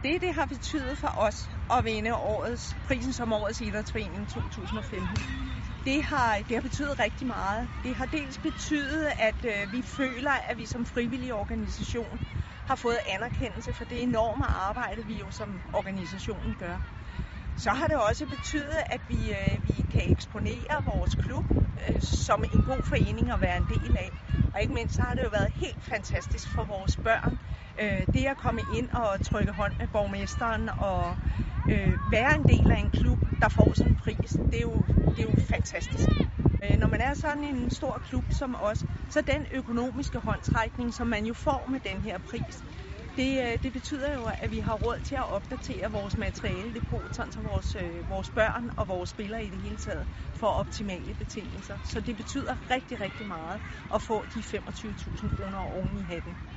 Det har betydet for os at vinde prisen som årets idrætsforening 2015. Det har betydet rigtig meget. Det har dels betydet, at vi føler, at vi som frivillig organisation har fået anerkendelse for det enorme arbejde, vi jo som organisationen gør. Så har det også betydet, at vi kan eksponere vores klub som en god forening at være en del af. Og ikke mindst så har det jo været helt fantastisk for vores børn. Det at komme ind og trykke hånd med borgmesteren og være en del af en klub, der får sådan en pris, det er jo fantastisk. Når man er sådan en stor klub som os, så den økonomiske håndtrækning, som man jo får med den her pris, det betyder jo, at vi har råd til at opdatere vores materialedepot, sådan så vores børn og vores spillere i det hele taget får optimale betingelser. Så det betyder rigtig, rigtig meget at få de 25.000 kroner oven i hatten.